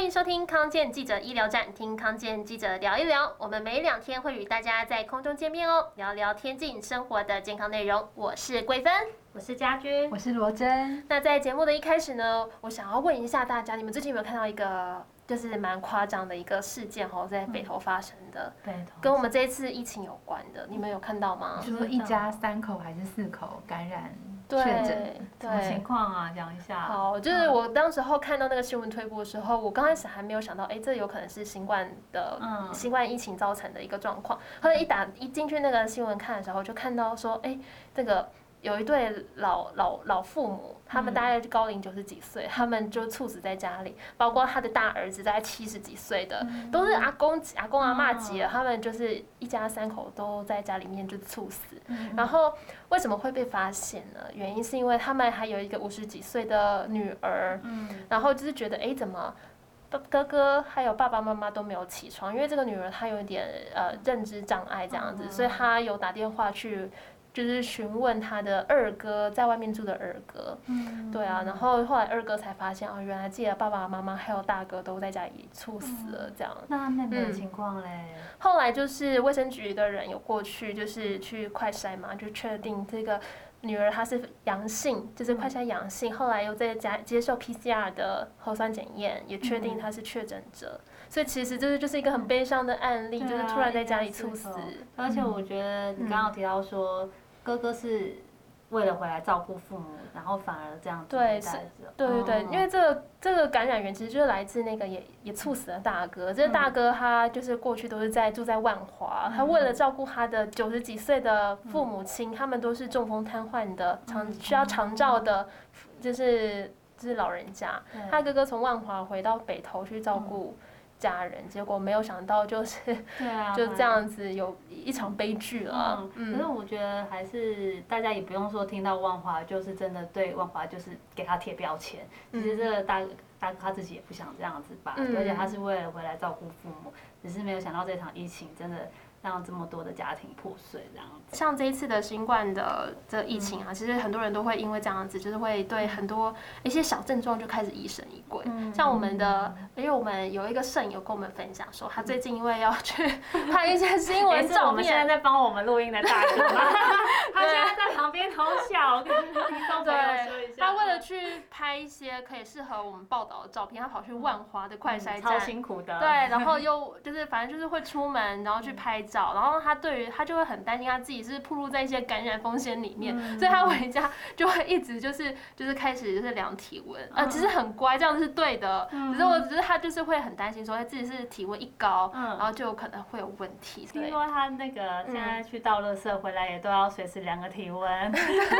迎收听康健记者医疗站，听康健记者聊一聊。我们每2天会与大家在空中见面哦，聊聊贴近生活的健康内容。我是桂芬， 我是家君， 我是罗真。 那在节目的一开始呢，我想要问一下大家，你们最近有没有看到一个就是蛮夸张的一个事件哦，在北投发生的，跟我们这一次疫情有关的，你们有看到吗？ 就是一家3口还是4口感染确诊， 什么情况啊？讲一下。 好，就是我当时候看到那个新闻推播的时候，我刚开始还没有想到，这有可能是新冠疫情造成的一个状况。后来一进去那个新闻看的时候，就看到说，这个有一对老父母，他们大概高龄90几岁，他们就猝死在家里，包括他的大儿子大概70几岁的，都是阿公阿嬷级了，他们就是一家3口都在家里面就猝死。然后为什么会被发现呢？原因是因为他们还有一个50几岁的女儿，然后就是觉得怎么哥哥还有爸爸妈妈都没有起床，因为这个女儿她有一点认知障碍这样子，所以她有打电话去。就是询问他的二哥，在外面住的二哥，对啊，然后后来二哥才发现原来自己的爸爸妈妈还有大哥都在家里猝死了，这样。 那妹妹的情况嘞？ 后来就是卫生局的人有过去，就是去快筛嘛，就确定这个女儿她是阳性，就是快筛阳性，后来又在接受 PCR 的核酸检验，也确定她是确诊者。所以其实这就是一个很悲伤的案例，就是突然在家里猝死。 而且我觉得你刚刚提到说。哥哥是为了回来照顾父母，然后反而这样子带着。 对，因为这个感染源其实就是来自那个也猝死的大哥。这个大哥他就是过去都是住在万华，他为了照顾他的90几岁的父母亲，他们都是中风瘫痪的，需要长照的，就是老人家。他哥哥从万华回到北投去照顾家人，结果没有想到就是就这样子有一场悲剧了。 可是我觉得还是大家也不用说听到万华就是真的对万华就是给他贴标签。其实这个大哥他自己也不想这样子吧，而且他是为了回来照顾父母，只是没有想到这场疫情真的让这么多的家庭破碎这样子。 像这一次的新冠的这疫情啊，其实很多人都会因为这样子，就是会对很多一些小症状就开始疑神疑鬼。像我们的，因为我们有一个摄影有跟我们分享说，他最近因为要去拍一些新闻照片， 我们现在在帮我们录音的大哥，他现在在旁边偷笑，跟听众朋友说一下。 他为了去拍一些可以适合我们报道的照片，他跑去万华的快筛站， 超辛苦的。 对，然后又就是反正就是会出门，然后去拍照，然后他就会很担心他自己是暴露在一些感染风险里面，所以他回家就会一直就是开始就是量体温，其实很乖，这样是对的，只是他就是会很担心说他自己是体温一高，然后就有可能会有问题。 听说他那个现在去倒垃圾回来也都要随时量个体温。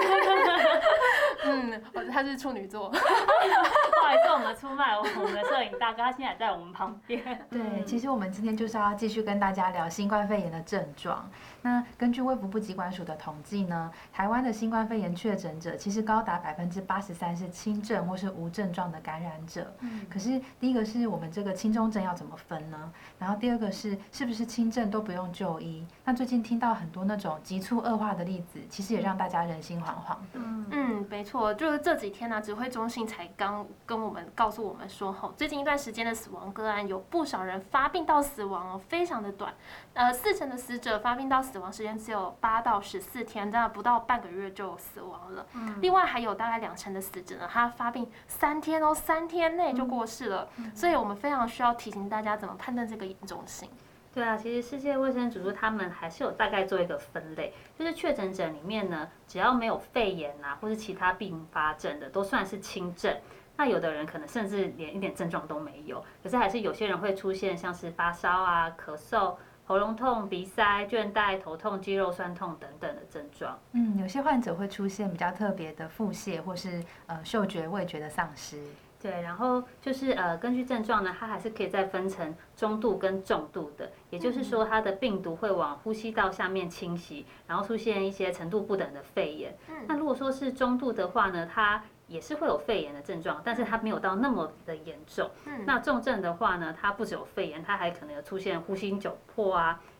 他是处女座。 不好意思，我们出卖我们的摄影大哥，他现在也在我们旁边。 对，其实我们今天就是要继续跟大家聊新冠肺炎的症状。那根据卫福部疾管署的统计呢，台湾的新冠肺炎确诊者其实高达83%是轻症或是无症状的感染者。可是第一个是我们这个轻中症要怎么分呢？然后第二个是不是轻症都不用就医？那最近听到很多那种急促恶化的例子，其实也让大家人心惶惶的。 没错，就是这几天呢，指挥中心才刚跟我们告诉我们说，最近一段时间的死亡个案有不少人发病到死亡哦，非常的短，40%的死者发病到死亡时间只有8到14天，真的不到半个月就死亡了。另外还有大概2成的死者呢，他发病3天哦，3天内就过世了。所以我们非常需要提醒大家怎么判断这个严重性。 对啊，其实世界卫生组织他们还是有大概做一个分类，就是确诊者里面呢，只要没有肺炎啊，或是其他并发症的，都算是轻症。那有的人可能甚至连一点症状都没有，可是还是有些人会出现像是发烧啊、咳嗽、喉咙痛、鼻塞、倦怠、头痛、肌肉酸痛等等的症状。 有些患者会出现比较特别的腹泻，或是嗅觉、味觉的丧失。 对，然后就是根据症状呢，它还是可以再分成中度跟重度的，也就是说它的病毒会往呼吸道下面侵袭，然后出现一些程度不等的肺炎。那如果说是中度的话呢，它也是会有肺炎的症状，但是它没有到那么的严重。那重症的话呢，它不只有肺炎，它还可能有出现呼吸窘迫啊、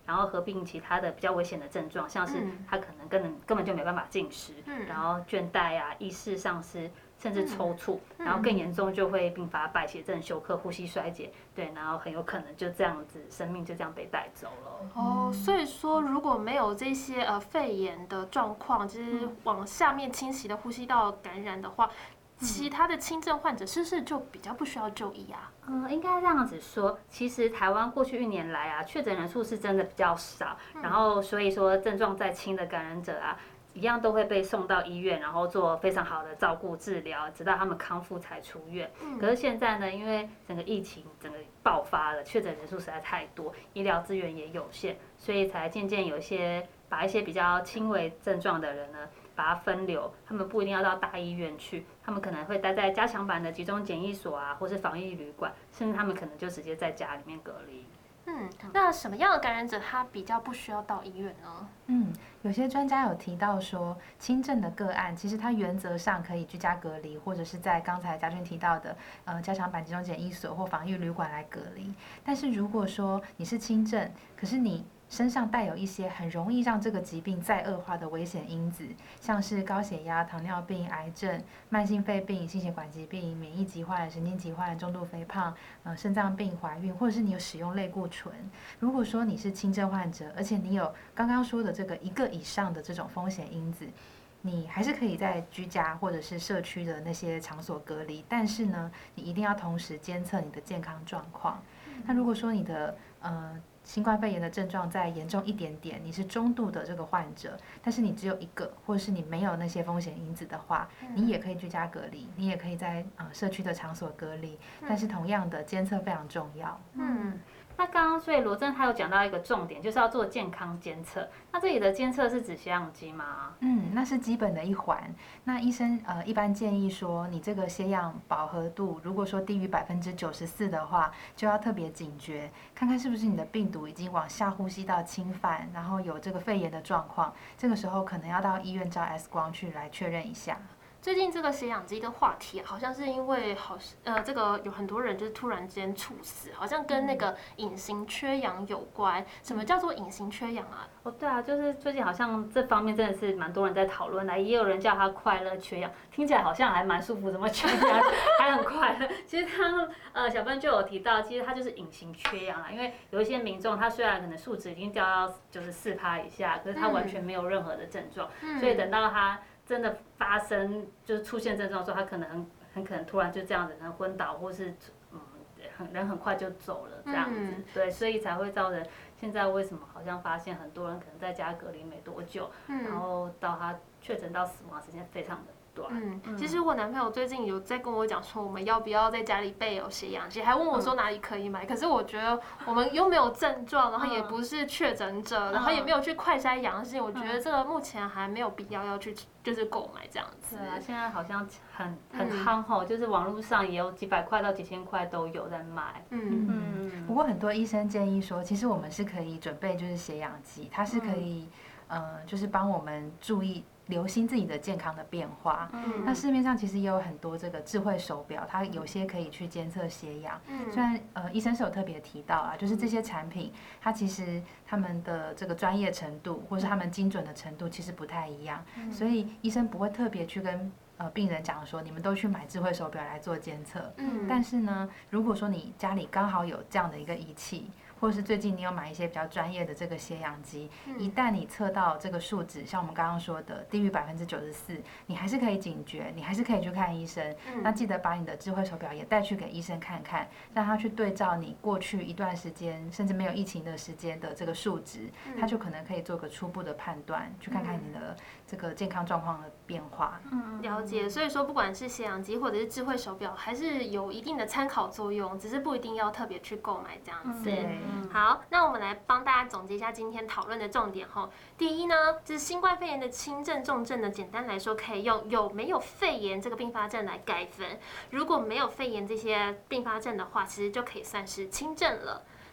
然后合并其他的比较危险的症状，像是他可能根本就没办法进食，然后倦怠啊、意识丧失，甚至抽搐，然后更严重就会并发败血症、休克、呼吸衰竭，对，然后很有可能就这样子生命就这样被带走了。 哦，所以说如果没有这些肺炎的状况，就是往下面侵袭的呼吸道感染的话，其他的轻症患者是不是就比较不需要就医啊？ 应该这样子说，其实台湾过去1年来啊，确诊人数是真的比较少，然后所以说症状再轻的感染者啊，一样都会被送到医院，然后做非常好的照顾治疗，直到他们康复才出院。可是现在呢，因为整个疫情整个爆发了，确诊人数实在太多，医疗资源也有限，所以才渐渐把一些比较轻微症状的人呢，把它分流，他们不一定要到大医院去，他们可能会待在加强版的集中检疫所啊，或是防疫旅馆，甚至他们可能就直接在家里面隔离。 那什么样的感染者他比较不需要到医院呢？ 有些专家有提到说，轻症的个案其实它原则上可以居家隔离，或者是在刚才嘉君提到的加强版集中检疫所或防疫旅馆来隔离。但是如果说你是轻症，可是你身上带有一些很容易让这个疾病再恶化的危险因子，像是高血压、糖尿病、癌症、慢性肺病、心血管疾病、免疫疾患、神经疾患、重度肥胖、肾脏病、怀孕，或者是你有使用类固醇。如果说你是轻症患者，而且你有刚刚说的这个1个以上的这种风险因子，你还是可以在居家或者是社区的那些场所隔离，但是呢，你一定要同时监测你的健康状况。那如果说你的新冠肺炎的症状再严重一点点，你是中度的这个患者，但是你只有1个，或者是你没有那些风险因子的话，你也可以居家隔离，你也可以在社区的场所隔离，但是同样的监测非常重要。 那刚刚所以罗正他有讲到一个重点，就是要做健康监测。那这里的监测是指血氧机吗？ 那是基本的一环。那医生一般建议说，你这个血氧饱和度如果说低于94%的话，就要特别警觉，看看是不是你的病毒已经往下呼吸道侵犯，然后有这个肺炎的状况。这个时候可能要到医院照 X 光去来确认一下。 最近这个血氧机的话题，好像是因为这个有很多人就是突然间猝死，好像跟那个隐形缺氧有关。什么叫做隐形缺氧啊？ 对啊，就是最近好像这方面真的是蛮多人在讨论的，也有人叫他快乐缺氧，听起来好像还蛮舒服，怎么缺氧还很快乐？其实小芬就有提到，其实他就是隐形缺氧啦，因为有一些民众他虽然可能数值已经掉到94%以下，可是他完全没有任何的症状，所以等到他真的发生就是出现症状的时候，他很可能突然就这样子，可能昏倒，或是人很快就走了这样子，对，所以才会造成现在为什么好像发现很多人可能在家隔离没多久，然后到他确诊到死亡时间非常的其实我男朋友最近有在跟我讲说，我们要不要在家里备有血氧机，还问我说哪里可以买。可是我觉得我们又没有症状，然后也不是确诊者，然后也没有去快筛阳性，我觉得这个目前还没有必要要去就是购买这样子。 对啊，现在好像很夯吼，就是网络上也有几百块到几千块都有在卖。 不过很多医生建议说，其实我们是可以准备就是血氧机，它是可以就是帮我们留心自己的健康的变化。那市面上其实也有很多这个智慧手表，它有些可以去监测血氧。虽然医生是有特别提到啊，就是这些产品它其实他们的这个专业程度或是他们精准的程度其实不太一样，所以医生不会特别去跟病人讲说你们都去买智慧手表来做监测。但是呢，如果说你家里刚好有这样的一个仪器，或是最近你有买一些比较专业的这个血氧机，一旦你测到这个数值，像我们刚刚说的低于94%，你还是可以警觉，你还是可以去看医生。那记得把你的智慧手表也带去给医生看看，让他去对照你过去一段时间甚至没有疫情的时间的这个数值，他就可能可以做个初步的判断，去看看你的这个健康状况的变化。 了解。所以说不管是血氧机或者是智慧手表，还是有一定的参考作用，只是不一定要特别去购买这样子。好，那我们来帮大家总结一下今天讨论的重点哈。第一呢，就是新冠肺炎的轻症、重症呢，简单来说可以用有没有肺炎这个并发症来概分。如果没有肺炎这些并发症的话，其实就可以算是轻症了。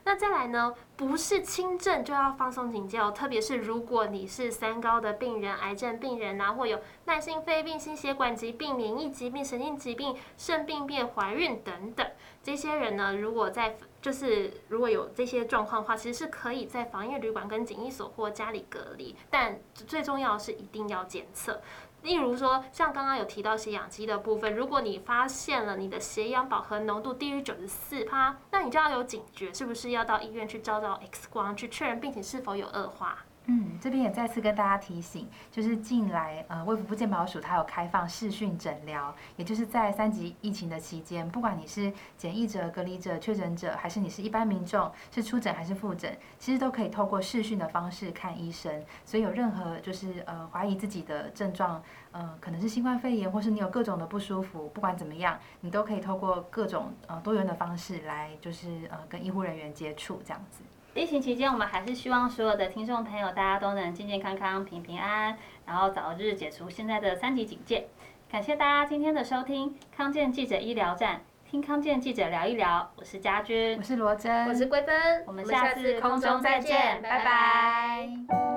那再来呢，不是轻症就要放松警戒哦，特别是如果你是三高的病人、癌症病人啊，或有慢性肺病、心血管疾病、免疫疾病、神经疾病、肾病变、怀孕等等，这些人呢，如果有这些状况的话，其实是可以在防疫旅馆跟检疫所或家里隔离，但最重要的是一定要检测。例如说，像刚刚有提到血氧机的部分，如果你发现了你的血氧饱和浓度低于94%，那你就要有警觉，是不是要到医院去照 X 光，去确认病情是否有恶化。 这边也再次跟大家提醒，就是近来卫福部健保署它有开放视讯诊疗，也就是在3级疫情的期间，不管你是检疫者、隔离者、确诊者，还是你是一般民众，是出诊还是复诊，其实都可以透过视讯的方式看医生。所以有任何就是怀疑自己的症状，可能是新冠肺炎，或是你有各种的不舒服，不管怎么样，你都可以透过各种多元的方式来就是跟医护人员接触这样子。 疫情期间，我们还是希望所有的听众朋友，大家都能健健康康、平平安安，然后早日解除现在的3级警戒。感谢大家今天的收听，康健记者医疗站，听康健记者聊一聊。我是家君， 我是罗真， 我是桂芬， 我们下次空中再见，拜拜。